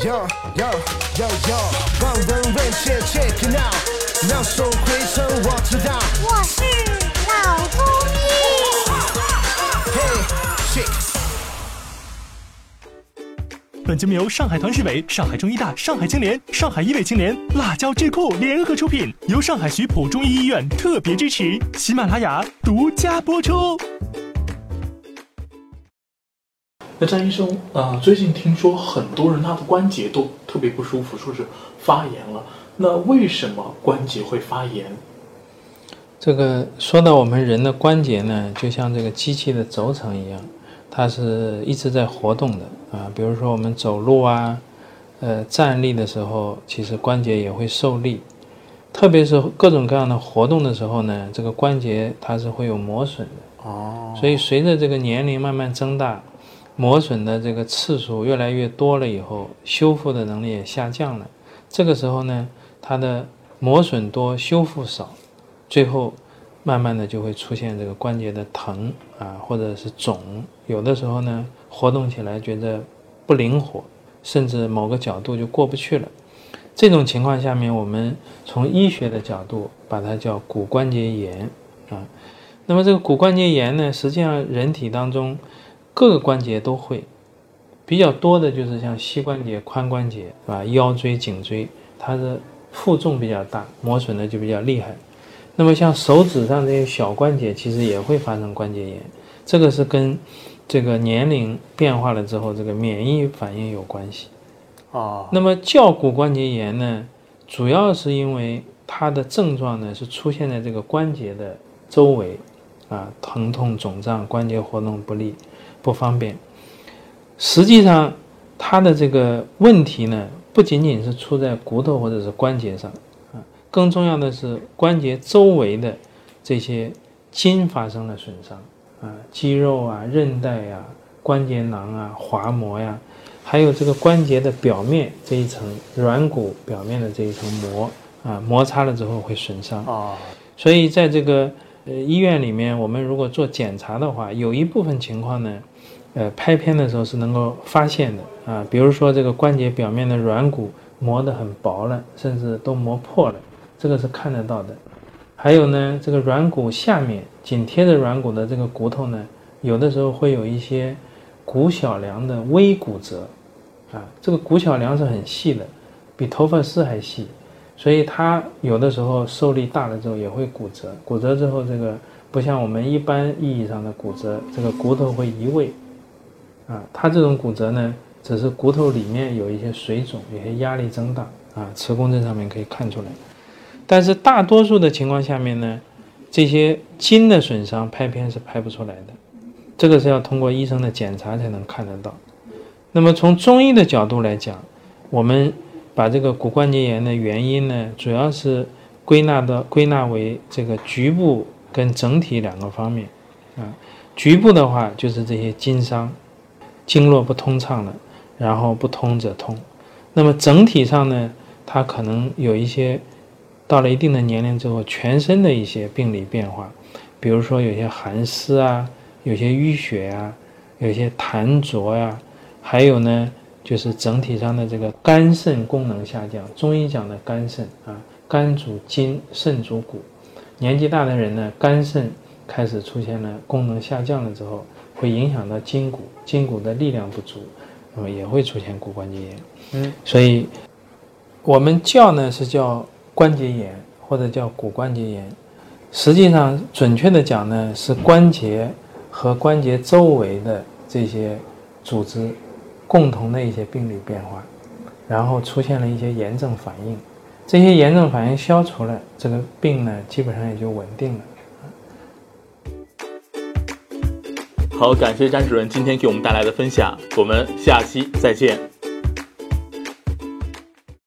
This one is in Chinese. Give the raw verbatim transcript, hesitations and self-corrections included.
Yo yo yo yo， 望闻问切 check it out， 秒速回程我知道。 我是老中医。 Hey check。 本节目由上海团市委、上海中医大、上海青联、上海医美青联、辣椒智库联合出品，由上海徐浦中医医院特别支持，喜马拉雅独家播出。 那张医生啊、呃，最近听说很多人他的关节都特别不舒服，说是发炎了。那为什么关节会发炎？ 这个说到我们人的关节呢，就像这个机器的轴承一样，它是一直在活动的啊。比如说我们走路啊，呃，站立的时候，其实关节也会受力。特别是各种各样的活动的时候呢，这个关节它是会有磨损的。哦。所以随着这个年龄慢慢增大，磨损的这个次数越来越多了以后，修复的能力也下降了。这个时候呢，它的磨损多，修复少，最后慢慢的就会出现这个关节的疼啊，或者是肿。有的时候呢，活动起来觉得不灵活，甚至某个角度就过不去了。这种情况下面，我们从医学的角度把它叫骨关节炎啊。那么这个骨关节炎呢，实际上人体当中各个关节都会，比较多的就是像膝关节、髋关节，是吧？腰椎、颈椎，它的负重比较大，磨损的就比较厉害。那么像手指上这些小关节，其实也会发生关节炎，这个是跟这个年龄变化了之后，这个免疫反应有关系。哦。那么叫骨关节炎呢，主要是因为它的症状呢是出现在这个关节的周围，啊，疼痛、肿胀，关节活动不利。不方便。实际上它的这个问题呢，不仅仅是出在骨头或者是关节上啊，更重要的是关节周围的这些筋发生了损伤啊，肌肉啊、韧带啊、关节囊啊、滑膜呀、啊，还有这个关节的表面这一层软骨表面的这一层膜啊，摩擦了之后会损伤啊。所以在这个呃医院里面，我们如果做检查的话，有一部分情况呢，呃，拍片的时候是能够发现的啊，比如说这个关节表面的软骨磨得很薄了，甚至都磨破了，这个是看得到的。还有呢，这个软骨下面紧贴着软骨的这个骨头呢，有的时候会有一些骨小梁的微骨折啊，这个骨小梁是很细的，比头发丝还细，所以它有的时候受力大了之后也会骨折。骨折之后，这个不像我们一般意义上的骨折，这个骨头会移位。啊，它这种骨折呢，只是骨头里面有一些水肿，有些压力增大啊，磁共振上面可以看出来。但是大多数的情况下面呢，这些筋的损伤拍片是拍不出来的，这个是要通过医生的检查才能看得到。那么从中医的角度来讲，我们把这个骨关节炎的原因呢，主要是归纳的归纳为这个局部跟整体两个方面啊。局部的话就是这些筋伤。经络不通畅了，然后不通则痛。那么整体上呢，它可能有一些到了一定的年龄之后，全身的一些病理变化，比如说有些寒湿啊，有些淤血啊，有些痰浊呀、啊，还有呢就是整体上的这个肝肾功能下降。中医讲的肝肾啊，肝主筋，肾主骨。年纪大的人呢，肝肾开始出现了功能下降了之后，会影响到筋骨，筋骨的力量不足，那么也会出现骨关节炎。嗯，所以我们叫呢是叫关节炎或者叫骨关节炎，实际上准确的讲呢是关节和关节周围的这些组织共同的一些病理变化，然后出现了一些炎症反应，这些炎症反应消除了，这个病呢基本上也就稳定了。 好，感谢詹主任今天给我们带来的分享，我们下期再见。